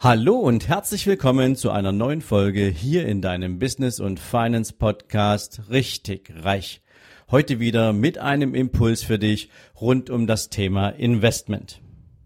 Hallo und herzlich willkommen zu einer neuen Folge hier in deinem Business- und Finance-Podcast Richtig Reich. Heute wieder mit einem Impuls für dich rund um das Thema Investment.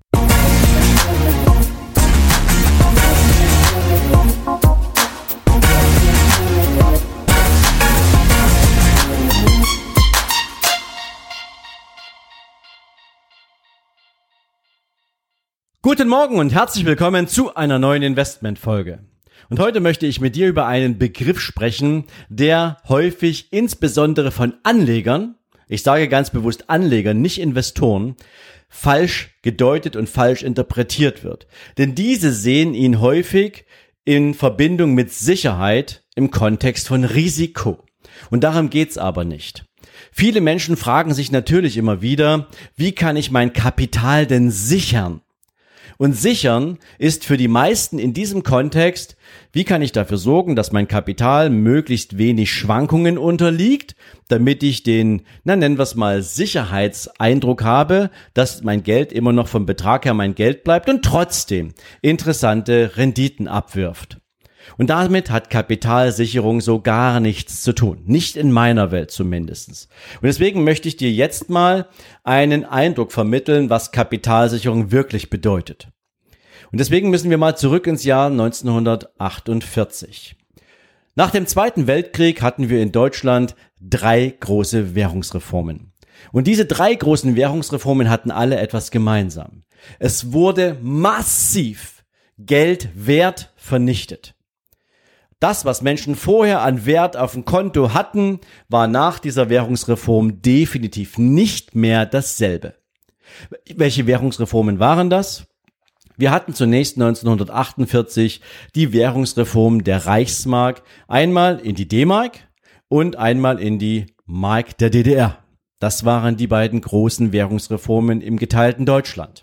Guten Morgen und herzlich willkommen zu einer neuen Investmentfolge. Und heute möchte ich mit dir über einen Begriff sprechen, der häufig insbesondere von Anlegern, ich sage ganz bewusst Anlegern, nicht Investoren, falsch gedeutet und falsch interpretiert wird. Denn diese sehen ihn häufig in Verbindung mit Sicherheit im Kontext von Risiko. Und darum geht's aber nicht. Viele Menschen fragen sich natürlich immer wieder, wie kann ich mein Kapital denn sichern? Und sichern ist für die meisten in diesem Kontext, wie kann ich dafür sorgen, dass mein Kapital möglichst wenig Schwankungen unterliegt, damit ich den, nennen wir es mal, Sicherheitseindruck habe, dass mein Geld immer noch vom Betrag her mein Geld bleibt und trotzdem interessante Renditen abwirft. Und damit hat Kapitalsicherung so gar nichts zu tun. Nicht in meiner Welt zumindest. Und deswegen möchte ich dir jetzt mal einen Eindruck vermitteln, was Kapitalsicherung wirklich bedeutet. Und deswegen müssen wir mal zurück ins Jahr 1948. Nach dem Zweiten Weltkrieg hatten wir in Deutschland 3 große Währungsreformen. Und diese 3 großen Währungsreformen hatten alle etwas gemeinsam. Es wurde massiv Geldwert vernichtet. Das, was Menschen vorher an Wert auf dem Konto hatten, war nach dieser Währungsreform definitiv nicht mehr dasselbe. Welche Währungsreformen waren das? Wir hatten zunächst 1948 die Währungsreform der Reichsmark, einmal in die D-Mark und einmal in die Mark der DDR. Das waren die beiden großen Währungsreformen im geteilten Deutschland.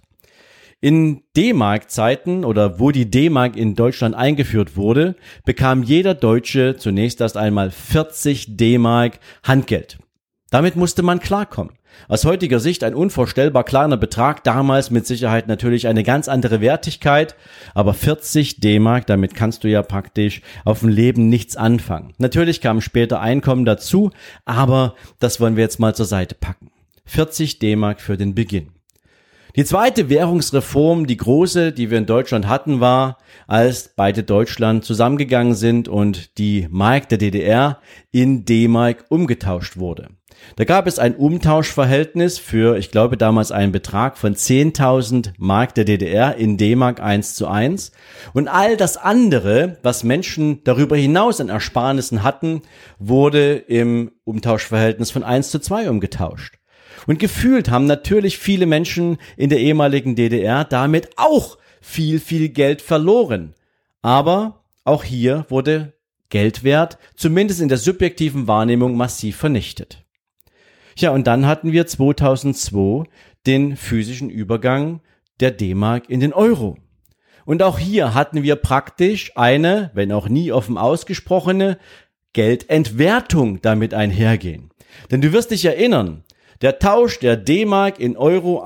In D-Mark-Zeiten oder wo die D-Mark in Deutschland eingeführt wurde, bekam jeder Deutsche zunächst erst einmal 40 D-Mark Handgeld. Damit musste man klarkommen. Aus heutiger Sicht ein unvorstellbar kleiner Betrag, damals mit Sicherheit natürlich eine ganz andere Wertigkeit, aber 40 D-Mark, damit kannst du ja praktisch auf dem Leben nichts anfangen. Natürlich kamen später Einkommen dazu, aber das wollen wir jetzt mal zur Seite packen. 40 D-Mark für den Beginn. Die zweite Währungsreform, die große, die wir in Deutschland hatten, war, als beide Deutschland zusammengegangen sind und die Mark der DDR in D-Mark umgetauscht wurde. Da gab es ein Umtauschverhältnis für, ich glaube damals einen Betrag von 10.000 Mark der DDR in D-Mark 1:1. Und all das andere, was Menschen darüber hinaus an Ersparnissen hatten, wurde im Umtauschverhältnis von 1:2 umgetauscht. Und gefühlt haben natürlich viele Menschen in der ehemaligen DDR damit auch viel Geld verloren. Aber auch hier wurde Geldwert, zumindest in der subjektiven Wahrnehmung, massiv vernichtet. Ja, und dann hatten wir 2002 den physischen Übergang der D-Mark in den Euro. Und auch hier hatten wir praktisch eine, wenn auch nie offen ausgesprochene, Geldentwertung damit einhergehen. Denn du wirst dich erinnern, der Tausch der D-Mark in Euro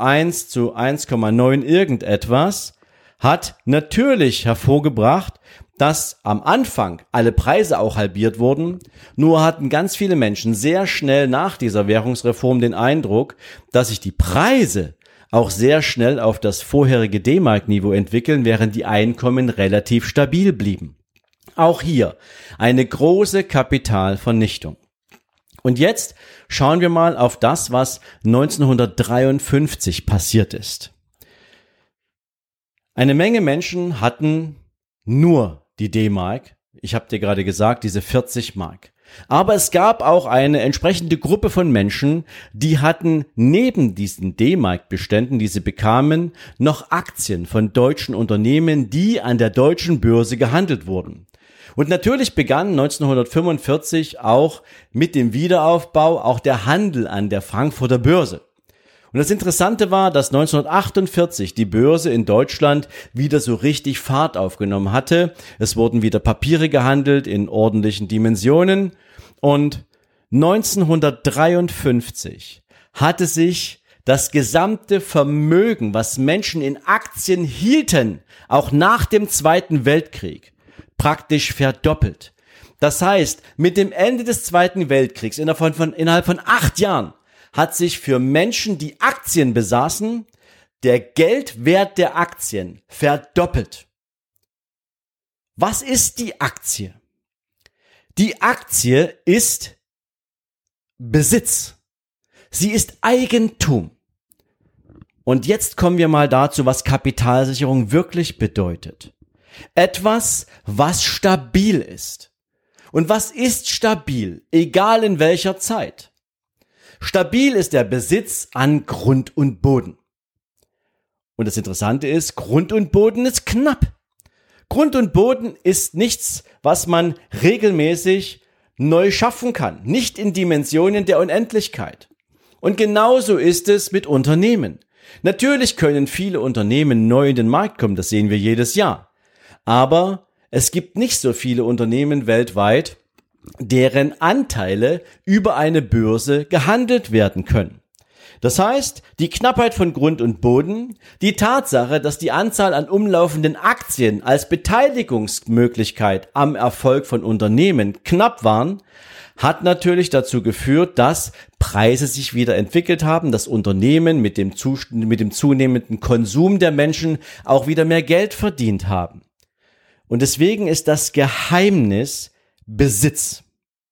1:1,9 irgendetwas hat natürlich hervorgebracht, dass am Anfang alle Preise auch halbiert wurden, nur hatten ganz viele Menschen sehr schnell nach dieser Währungsreform den Eindruck, dass sich die Preise auch sehr schnell auf das vorherige D-Mark-Niveau entwickeln, während die Einkommen relativ stabil blieben. Auch hier eine große Kapitalvernichtung. Und jetzt schauen wir mal auf das, was 1953 passiert ist. Eine Menge Menschen hatten nur die D-Mark. Ich habe dir gerade gesagt, diese 40 Mark. Aber es gab auch eine entsprechende Gruppe von Menschen, die hatten neben diesen D-Mark-Beständen, die sie bekamen, noch Aktien von deutschen Unternehmen, die an der deutschen Börse gehandelt wurden. Und natürlich begann 1945 auch mit dem Wiederaufbau auch der Handel an der Frankfurter Börse. Und das Interessante war, dass 1948 die Börse in Deutschland wieder so richtig Fahrt aufgenommen hatte. Es wurden wieder Papiere gehandelt in ordentlichen Dimensionen. Und 1953 hatte sich das gesamte Vermögen, was Menschen in Aktien hielten, auch nach dem Zweiten Weltkrieg, praktisch verdoppelt. Das heißt, mit dem Ende des Zweiten Weltkriegs, innerhalb von 8 Jahren, hat sich für Menschen, die Aktien besaßen, der Geldwert der Aktien verdoppelt. Was ist die Aktie? Die Aktie ist Besitz. Sie ist Eigentum. Und jetzt kommen wir mal dazu, was Kapitalsicherung wirklich bedeutet. Etwas, was stabil ist. Und was ist stabil, egal in welcher Zeit? Stabil ist der Besitz an Grund und Boden. Und das Interessante ist, Grund und Boden ist knapp. Grund und Boden ist nichts, was man regelmäßig neu schaffen kann. Nicht in Dimensionen der Unendlichkeit. Und genauso ist es mit Unternehmen. Natürlich können viele Unternehmen neu in den Markt kommen, das sehen wir jedes Jahr. Aber es gibt nicht so viele Unternehmen weltweit, deren Anteile über eine Börse gehandelt werden können. Das heißt, die Knappheit von Grund und Boden, die Tatsache, dass die Anzahl an umlaufenden Aktien als Beteiligungsmöglichkeit am Erfolg von Unternehmen knapp waren, hat natürlich dazu geführt, dass Preise sich wieder entwickelt haben, dass Unternehmen mit dem zunehmenden Konsum der Menschen auch wieder mehr Geld verdient haben. Und deswegen ist das Geheimnis Besitz.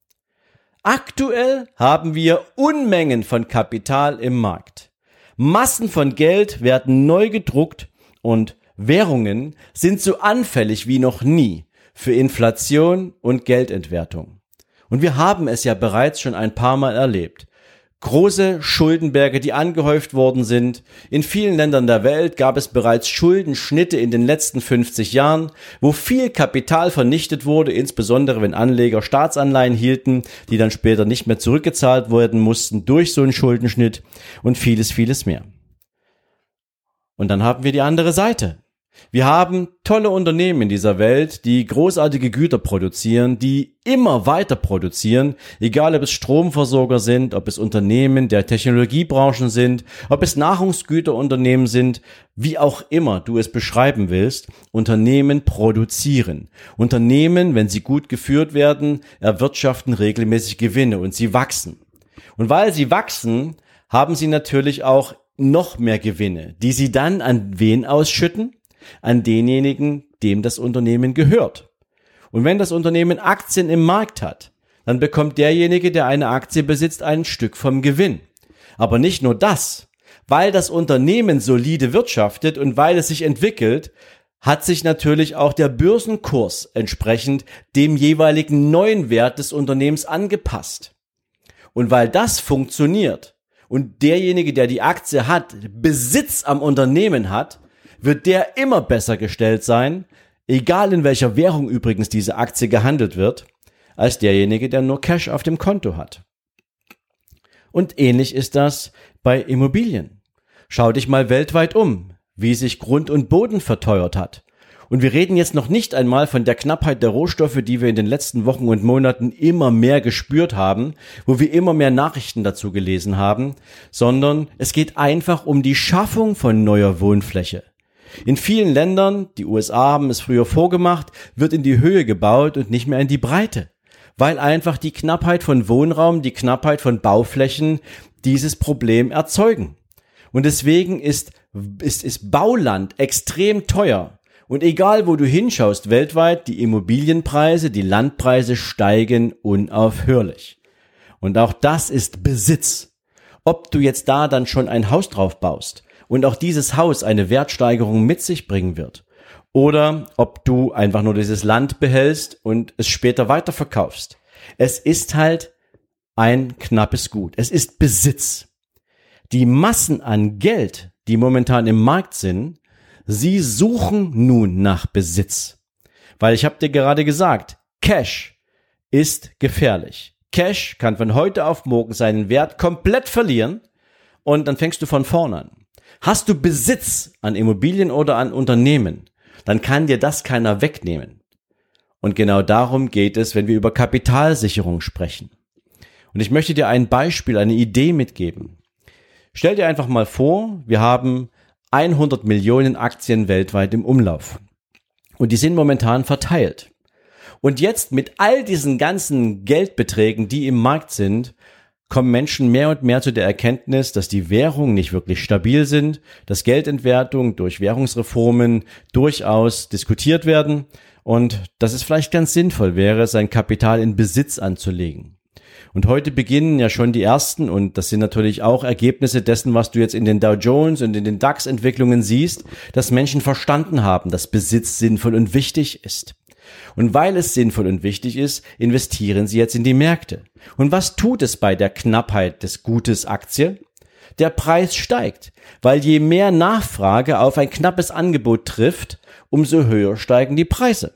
Aktuell haben wir Unmengen von Kapital im Markt. Massen von Geld werden neu gedruckt und Währungen sind so anfällig wie noch nie für Inflation und Geldentwertung. Und wir haben es ja bereits schon ein paar Mal erlebt. Große Schuldenberge, die angehäuft worden sind. In vielen Ländern der Welt gab es bereits Schuldenschnitte in den letzten 50 Jahren, wo viel Kapital vernichtet wurde, insbesondere wenn Anleger Staatsanleihen hielten, die dann später nicht mehr zurückgezahlt werden mussten durch so einen Schuldenschnitt und vieles, vieles mehr. Und dann haben wir die andere Seite. Wir haben tolle Unternehmen in dieser Welt, die großartige Güter produzieren, die immer weiter produzieren, egal ob es Stromversorger sind, ob es Unternehmen der Technologiebranchen sind, ob es Nahrungsgüterunternehmen sind, wie auch immer du es beschreiben willst. Unternehmen produzieren. Unternehmen, wenn sie gut geführt werden, erwirtschaften regelmäßig Gewinne und sie wachsen. Und weil sie wachsen, haben sie natürlich auch noch mehr Gewinne, die sie dann an wen ausschütten? An denjenigen, dem das Unternehmen gehört. Und wenn das Unternehmen Aktien im Markt hat, dann bekommt derjenige, der eine Aktie besitzt, ein Stück vom Gewinn. Aber nicht nur das. Weil das Unternehmen solide wirtschaftet und weil es sich entwickelt, hat sich natürlich auch der Börsenkurs entsprechend dem jeweiligen neuen Wert des Unternehmens angepasst. Und weil das funktioniert und derjenige, der die Aktie hat, Besitz am Unternehmen hat, wird der immer besser gestellt sein, egal in welcher Währung übrigens diese Aktie gehandelt wird, als derjenige, der nur Cash auf dem Konto hat. Und ähnlich ist das bei Immobilien. Schau dich mal weltweit um, wie sich Grund und Boden verteuert hat. Und wir reden jetzt noch nicht einmal von der Knappheit der Rohstoffe, die wir in den letzten Wochen und Monaten immer mehr gespürt haben, wo wir immer mehr Nachrichten dazu gelesen haben, sondern es geht einfach um die Schaffung von neuer Wohnfläche. In vielen Ländern, die USA haben es früher vorgemacht, wird in die Höhe gebaut und nicht mehr in die Breite, weil einfach die Knappheit von Wohnraum, die Knappheit von Bauflächen dieses Problem erzeugen. Und deswegen ist Bauland extrem teuer. Und egal wo du hinschaust weltweit, die Immobilienpreise, die Landpreise steigen unaufhörlich. Und auch das ist Besitz. Ob du jetzt da dann schon ein Haus drauf baust und auch dieses Haus eine Wertsteigerung mit sich bringen wird. Oder ob du einfach nur dieses Land behältst und es später weiterverkaufst. Es ist halt ein knappes Gut. Es ist Besitz. Die Massen an Geld, die momentan im Markt sind, sie suchen nun nach Besitz. Weil ich habe dir gerade gesagt, Cash ist gefährlich. Cash kann von heute auf morgen seinen Wert komplett verlieren und dann fängst du von vorne an. Hast du Besitz an Immobilien oder an Unternehmen, dann kann dir das keiner wegnehmen. Und genau darum geht es, wenn wir über Kapitalsicherung sprechen. Und ich möchte dir ein Beispiel, eine Idee mitgeben. Stell dir einfach mal vor, wir haben 100 Millionen Aktien weltweit im Umlauf. Und die sind momentan verteilt. Und jetzt mit all diesen ganzen Geldbeträgen, die im Markt sind, kommen Menschen mehr und mehr zu der Erkenntnis, dass die Währungen nicht wirklich stabil sind, dass Geldentwertung durch Währungsreformen durchaus diskutiert werden und dass es vielleicht ganz sinnvoll wäre, sein Kapital in Besitz anzulegen. Und heute beginnen ja schon die ersten, und das sind natürlich auch Ergebnisse dessen, was du jetzt in den Dow Jones und in den DAX-Entwicklungen siehst, dass Menschen verstanden haben, dass Besitz sinnvoll und wichtig ist. Und weil es sinnvoll und wichtig ist, investieren sie jetzt in die Märkte. Und was tut es bei der Knappheit des Gutes Aktie? Der Preis steigt, weil je mehr Nachfrage auf ein knappes Angebot trifft, umso höher steigen die Preise.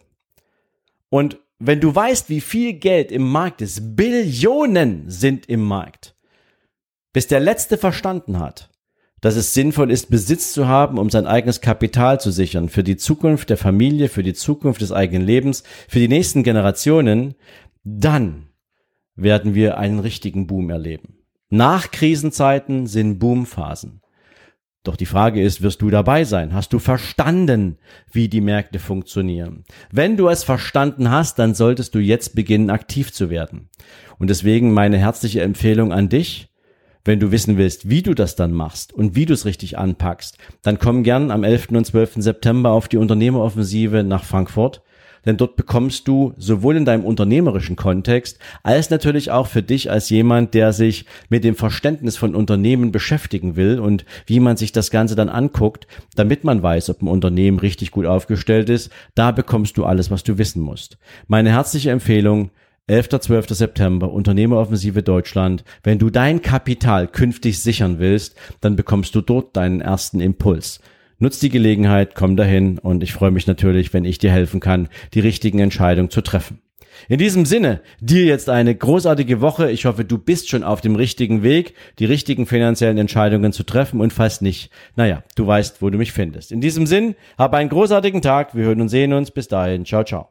Und wenn du weißt, wie viel Geld im Markt ist, Billionen sind im Markt, bis der Letzte verstanden hat, dass es sinnvoll ist, Besitz zu haben, um sein eigenes Kapital zu sichern, für die Zukunft der Familie, für die Zukunft des eigenen Lebens, für die nächsten Generationen, dann werden wir einen richtigen Boom erleben. Nach Krisenzeiten sind Boomphasen. Doch die Frage ist, wirst du dabei sein? Hast du verstanden, wie die Märkte funktionieren? Wenn du es verstanden hast, dann solltest du jetzt beginnen, aktiv zu werden. Und deswegen meine herzliche Empfehlung an dich: Wenn du wissen willst, wie du das dann machst und wie du es richtig anpackst, dann komm gern am 11. und 12. September auf die Unternehmeroffensive nach Frankfurt, denn dort bekommst du sowohl in deinem unternehmerischen Kontext als natürlich auch für dich als jemand, der sich mit dem Verständnis von Unternehmen beschäftigen will und wie man sich das Ganze dann anguckt, damit man weiß, ob ein Unternehmen richtig gut aufgestellt ist, da bekommst du alles, was du wissen musst. Meine herzliche Empfehlung: 11. 12. September, Unternehmeroffensive Deutschland. Wenn du dein Kapital künftig sichern willst, dann bekommst du dort deinen ersten Impuls. Nutz die Gelegenheit, komm dahin, und ich freue mich natürlich, wenn ich dir helfen kann, die richtigen Entscheidungen zu treffen. In diesem Sinne, dir jetzt eine großartige Woche. Ich hoffe, du bist schon auf dem richtigen Weg, die richtigen finanziellen Entscheidungen zu treffen, und falls nicht, du weißt, wo du mich findest. In diesem Sinn, hab einen großartigen Tag. Wir hören und sehen uns. Bis dahin. Ciao, ciao.